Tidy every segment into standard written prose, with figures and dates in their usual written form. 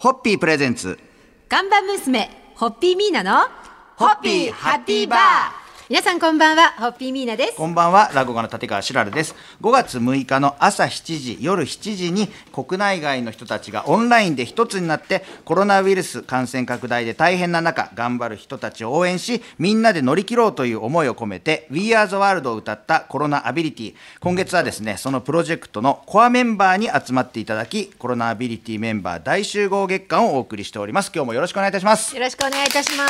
ホッピープレゼンツ看板娘ホッピーミーナのホッピーハッピーバー。 皆さんこんばんは、ホッピーミーナです。 こんばんは、落語家の立川しららです。5月6日の朝7時夜7時に国内外の人たちがオンラインで一つになってコロナウイルス感染拡大で大変な中頑張る人たちを応援し、みんなで乗り切ろうという思いを込めて We Are the World を歌ったコロナアビリティ。今月はですね、そのプロジェクトのコアメンバーに集まっていただき、コロナアビリティメンバー大集合月間をお送りしております。今日もよろしくお願いいたします。 よろしくお願いいたします。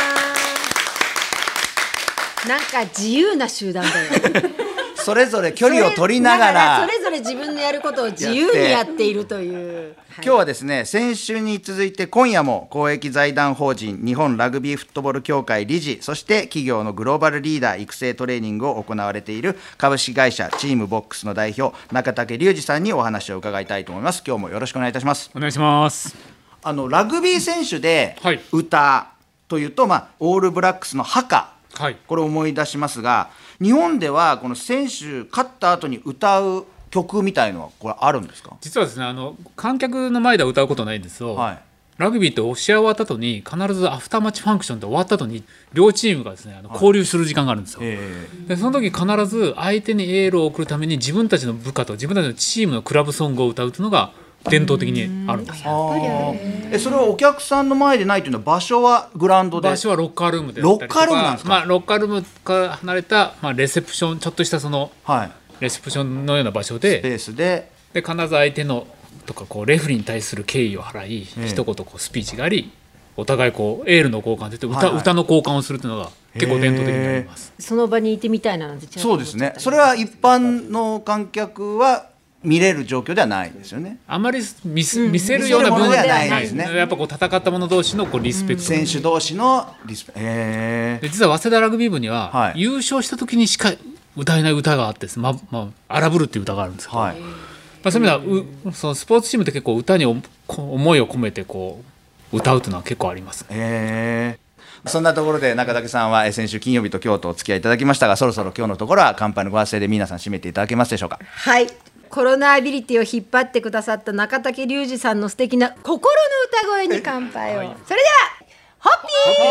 なんか自由な集団だよそれぞれ距離を取りながらそれぞれ自分のやることを自由にやっているという、 今日はですね、先週に続いて今夜も公益財団法人日本ラグビーフットボール協会理事、そして企業のグローバルリーダー育成トレーニングを行われている株式会社チームボックスの代表中竹隆二さんにお話を伺いたいと思います。今日もよろしくお願いいたします。 お願いします。 ラグビー選手ではい歌というと、オールブラックスのハカ、 はい、 これを思い出しますが、日本ではこの選手勝った後に歌う曲みたいのはこれあるんですか？ 実はですね、観客の前では歌うことないんですよ、 はい、 ラグビーって試合終わった後に必ずアフターマッチファンクションって終わった後に両チームがですね交流する時間があるんですよ、でその時必ず相手にエールを送るために自分たちの部下と自分たちのチームのクラブソングを歌うというのが伝統的にあるんですよ。 それはお客さんの前でないというのは場所はグラウンドで？ 場所はロッカールームであったりとか、 ロッカールームなんですか？ ロッカールームから離れた、レセプション、ちょっとしたレセプションのような場所で、 スペースで必ず相手のとかレフェリーに対する敬意を払い、一言スピーチがあり、お互いエールの交換といって歌の交換をするというのが結構伝統的になります。 その場にいてみたいななんてそうですね。それは一般の観客は見れる状況ではないですよね。 あまり見せるような部分ではないですね。やっぱ戦った者同士のリスペクト、 選手同士のリスペクト。 で実は早稲田ラグビー部には、優勝した時にしか歌えない歌があってです、荒ぶるっていう歌があるんですけど、そういう意味ではそのスポーツチームって結構歌に思いを込めて歌うというのは結構あります。 そんなところで中竹さんは先週金曜日と今日とお付き合いいただきましたが、そろそろ今日のところは乾杯のご発声で皆さん締めていただけますでしょうか？ はい、コロナアビリティを引っ張ってくださった中竹隆二さんの素敵な心の歌声に乾杯を、それではホッ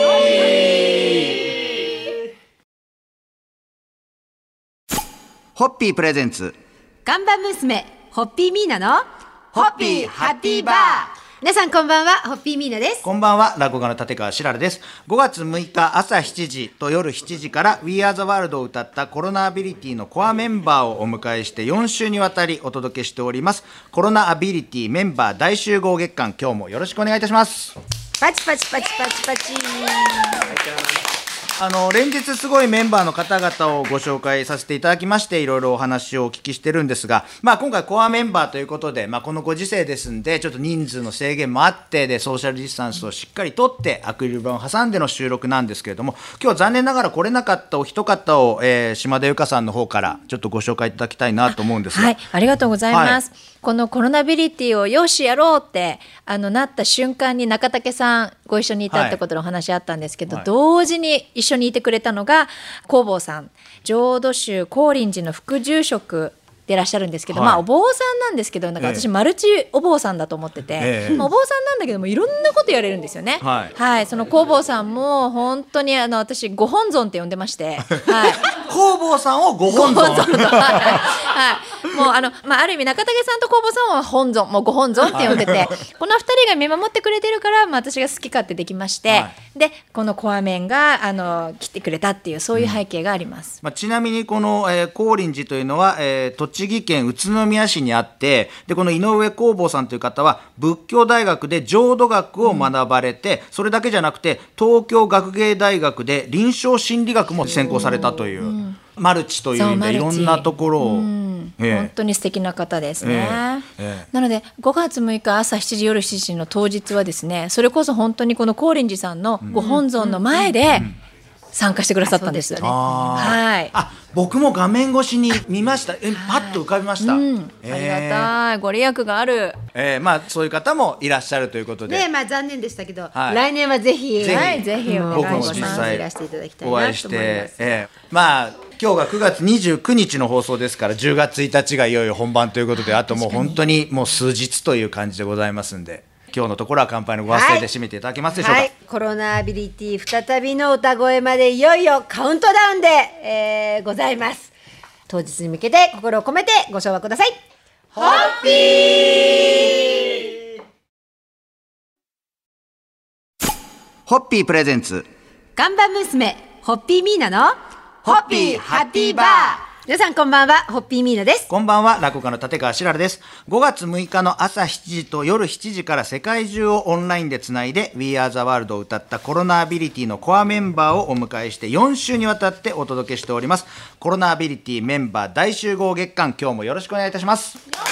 ピーホッピープレゼンツ看板娘ホッピーミーナのホッピーハッピーバー。 皆さんこんばんは、ホッピーミーナです。 こんばんは、落語家の立川しららです。5月6日朝7時と夜7時から We Are the World を歌ったコロナアビリティのコアメンバーをお迎えして4週にわたりお届けしておりますコロナアビリティメンバー大集合月間、今日もよろしくお願いいたします。 パチパチパチパチパチ。 連日すごいメンバーの方々をご紹介させていただきまして、いろいろお話をお聞きしてるんですが、今回コアメンバーということで、このご時世ですんでちょっと人数の制限もあってで、ソーシャルディスタンスをしっかりとってアクリル板を挟んでの収録なんですけれども、今日は残念ながら来れなかったお一方を、島田由香さんの方からちょっとご紹介いただきたいなと思うんですが。 はい、ありがとうございます、このコロナアビリティをよしやろうってなった瞬間に中竹さんご一緒にいたってことのお話あったんですけど、同時に一緒にいてくれたのが弘法さん、浄土宗高林寺の副住職でいらっしゃるんですけど、お坊さんなんですけど、私マルチお坊さんだと思ってて、お坊さんなんだけどもいろんなことやれるんですよね。その弘法さんも本当に私ご本尊って呼んでまして、 弘法さんをご本尊もうある意味中竹さんと弘法さんは本尊、もうご本尊って呼んでてこの2人が見守ってくれてるから、私が好き勝手できまして、でこのコアメンが来てくれたっていう、そういう背景があります。 ちなみにこの、高林寺というのは、栃木県宇都宮市にあって、でこの井上弘法さんという方は仏教大学で浄土学を学ばれて、それだけじゃなくて東京学芸大学で臨床心理学も専攻されたという、マルチという意味でいろんなところを、 本当に素敵な方ですね、なので5月6日朝7時夜7時の当日はですね、それこそ本当にこの高林寺さんのご本尊の前で参加してくださったんです。 僕も画面越しに見ました。パッと浮かびました。 ありがたい、ご利益がある。 そういう方もいらっしゃるということで、 残念でしたけど、来年はぜひぜひお願いします。 いらしていただきたいなと思います。 お会いして、今日が9月29日の放送ですから、10月1日がいよいよ本番ということで、あともう本当にもう数日という感じでございますんで、 今日のところは乾杯のご発声で締めていただけますでしょうか。 コロナアビリティ再びの歌声までいよいよカウントダウンで、ございます。当日に向けて心を込めてご唱和ください。ホッピーホッピープレゼンツ看板娘ホッピーミーナのホッピーハッピーバー。 皆さんこんばんは、ホッピーミーナです。 こんばんは、落語家の立川しららです。5月6日の朝7時と夜7時から世界中をオンラインでつないで We Are the World を歌ったコロナアビリティのコアメンバーをお迎えして4週にわたってお届けしております。コロナアビリティメンバー大集合月間、今日もよろしくお願いいたします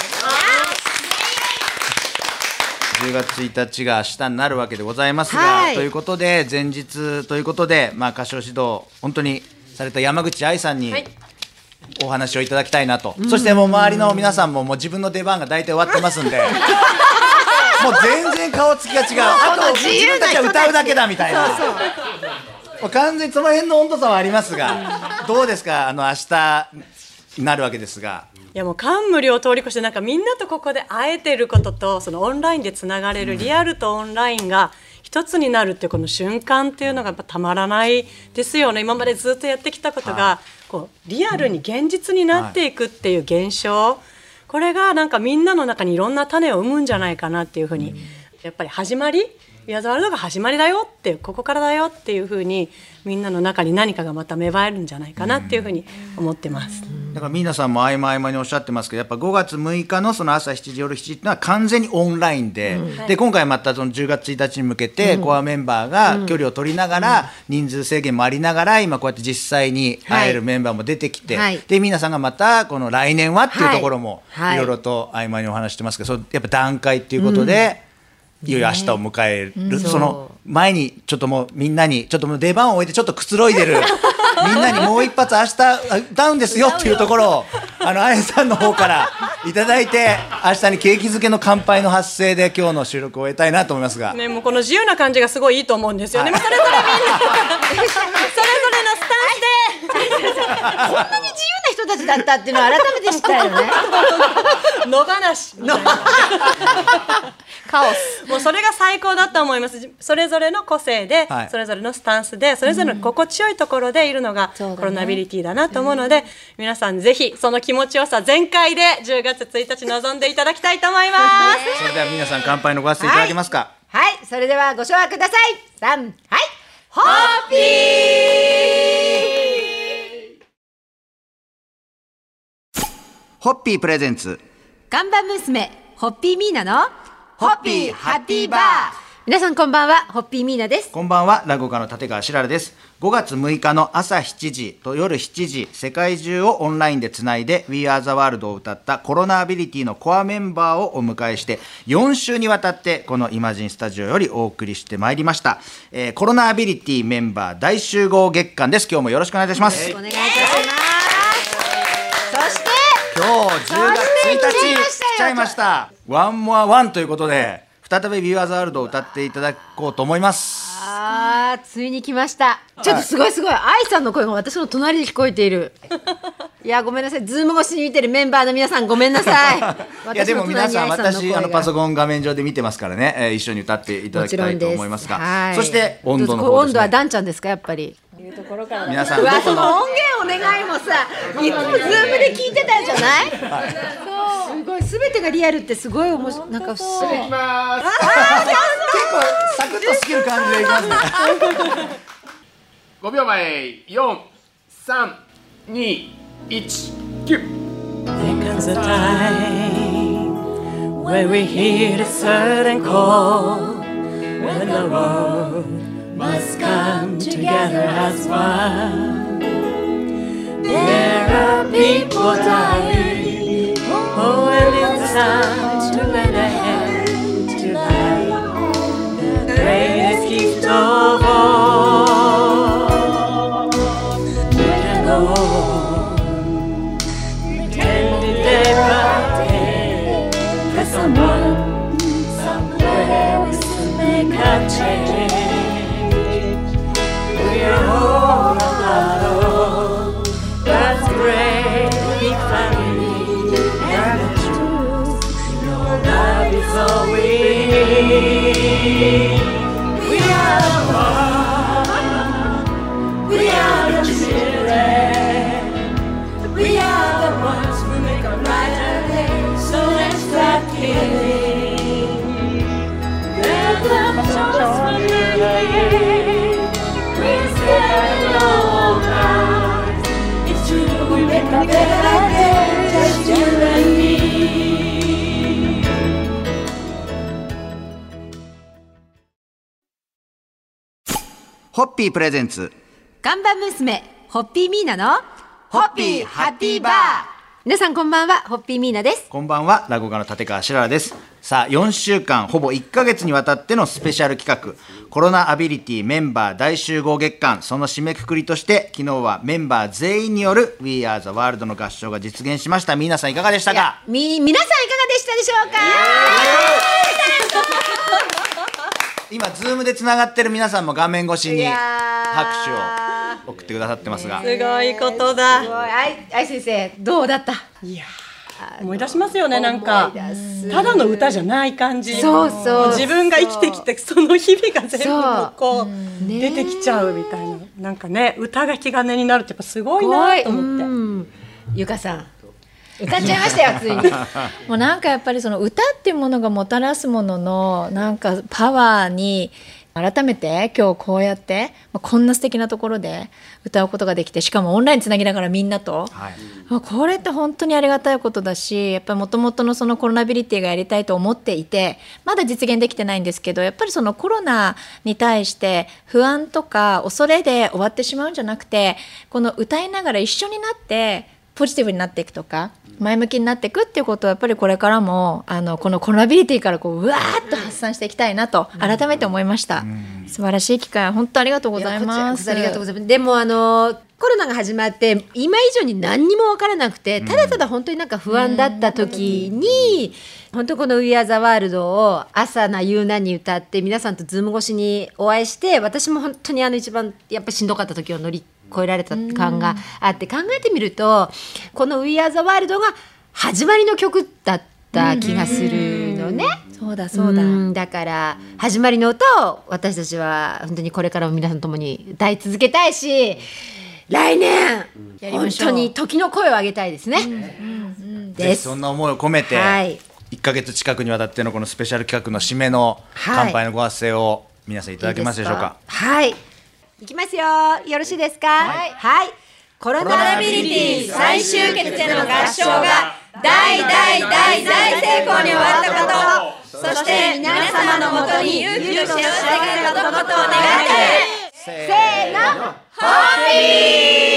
。10月1日が明日になるわけでございますが、ということで前日ということで、歌唱指導本当にされた山口愛さんに、お話をいただきたいなと、そしてもう周りの皆さんも、もう自分の出番が大体終わってますんでもう全然顔つきが違う、あと自分たちは歌うだけだみたいな、もう完全にその辺の温度差はありますが、どうですか、明日になるわけですが。 いやもう感無量を通り越して、なんかみんなとここで会えてることと、そのオンラインでつながれるリアルとオンラインが一つになるっていうこの瞬間っていうのがやっぱたまらないですよね。今までずっとやってきたことが、こうリアルに現実になっていくっていう現象、これがなんかみんなの中にいろんな種を生むんじゃないかなっていうふうに、やっぱり始まり、We Are the Worldが始まりだよって、ここからだよっていうふうに、みんなの中に何かがまた芽生えるんじゃないかなっていうふうに思ってます。 だから皆さんも合間合間におっしゃってますけど、やっぱ5月6日のその朝7時夜7時っていうのは完全にオンラインで、で今回またその10月1日に向けてコアメンバーが距離を取りながら、人数制限もありながら、今こうやって実際に会えるメンバーも出てきて、で皆さんがまたこの来年はっていうところもいろいろと合間にお話してますけど、やっぱ段階っていうことで、いよいよ明日を迎える、その前にちょっともうみんなにちょっともう出番を終えてちょっとくつろいでるみんなにもう一発明日歌うんですよっていうところをあやさんの方からいただいて、明日に景気づけの乾杯の発声で今日の収録を終えたいなと思いますが、 ね、もうこの自由な感じがすごいいいと思うんですよね、それぞれみんなそれぞれのスタンスでこんなに自由な人たちだったっていうのを改めて知ったよね野放しカオス、もうそれが最高だと思います。それぞれの個性で、それぞれのスタンスで、それぞれの心地よいところでいるのがコロナビリティだなと思うので、皆さんぜひその気持ちよさ全開で10月1日臨んでいただきたいと思います。 それでは皆さん乾杯のご発声いただけますか。 はい、それではご唱和ください。3、はい、ホッピーホッピープレゼンツ看板娘ホッピーミーナのホッピーハッピーバー。皆さんこんばんは、ホッピーミーナです。 こんばんは、落語家の立川しららです。5月6日の朝7時と夜7時、世界中をオンラインでつないで We Are the World を歌ったコロナアビリティのコアメンバーをお迎えして4週にわたってこのイマジンスタジオよりお送りしてまいりました、コロナアビリティメンバー大集合月間です。今日もよろしくお願いいたします。 お願いいたします。そして今日10月1日来ちゃいました。ワンモアワンということで再び We Are the World を歌っていただこうと思います。 ついに来ました。ちょっとすごいすごい、愛さんの声が私の隣に聞こえているいやごめんなさい、ズーム越しに見てるメンバーの皆さんごめんなさいいやでも皆さん、私パソコン画面上で見てますからね、一緒に歌っていただきたいと思いますが、そして温度の方ですね。 温度はダンちゃんですか、やっぱり皆さんその音源お願いもさ、いつもズームで聞いてたんじゃない、すごい、全てがリアルってすごい面白い、なんか不思議。 結構サクッとスキル感じでいきますね 5秒前、4、3、2、1、9。 There comes a time when we hear a certain call, when the world must come together as one. There are people dying, oh, and it's time to lend a hand to life, the greatest gift of all.We can go on, pretending day by day, that someone, somewhere is to make a change. We are all a part of God's great big family, and the truth, your love is We are one. We are the children. We are the ones who make a brighter day. So let's start killing. Let them show us what we need. We're scared of all kinds. It's true, we make a better day. Just you and me. ホッピープレゼンツ看板娘ホッピーミーナのホッピーハッピーバー。 皆さんこんばんは、ホッピーミーナです。 こんばんは、落語家の立川しららです。さあ、4週間ほぼ1ヶ月にわたってのスペシャル企画、コロナアビリティメンバー大集合月間、その締めくくりとして昨日はメンバー全員による We Are the World の合唱が実現しました。皆さんいかがでしたか？ 皆さんいかがでしたでしょうか？ 今ズームでつながってる皆さんも画面越しにいや拍手を送ってくださってますが、 すごいことだ。 すごい。愛先生どうだった？ いや思い出しますよね。なんか思い出すただの歌じゃない感じ。 そうそう自分が生きてきてその日々が全部こうね出てきちゃうみたいな。なんかね、歌が引き金になるってやっぱすごいなと思って。 ゆかさん歌っちゃいましたよついに。 もうなんかやっぱりその歌っていうものがもたらすもののなんかパワーに改めて今日こうやってこんな素敵なところで歌うことができて、しかもオンラインつなぎながらみんなと、これって本当にありがたいことだし、やっぱりもともとのそのコロナビリティがやりたいと思っていてまだ実現できてないんですけど、やっぱりそのコロナに対して不安とか恐れで終わってしまうんじゃなくて、この歌いながら一緒になってポジティブになっていくとか前向きになっていくっていうことをやっぱりこれからもこのコロナビリティからこううわーっと発散していきたいなと改めて思いました。素晴らしい機会本当ありがとうございます。 ありがとうございます。でもコロナが始まって今以上に何にも分からなくて、ただただ本当になんか不安だった時に、本当この We Are the World を朝な夕なに歌って皆さんとズーム越しにお会いして、私も本当に一番やっぱりしんどかった時を乗り越えられた感があって、考えてみるとこの We Are the World が始まりの曲だった気がするのね。 そうだそうだ。 だから始まりの歌を私たちは本当にこれからも皆さんと共に歌い続けたいし、来年本当に時の声を上げたいですね。 ぜひそんな思いを込めて、1ヶ月近くにわたってのこのスペシャル企画の締めの乾杯のご発声を皆さんいただけますでしょうか？ はい、いきますよ。よろしいですか？はい、コロナビリティ再集結での合唱が大成功に終わったこと、そして皆様のもとに勇気と幸せがあることを願って、せーの、ホッピー。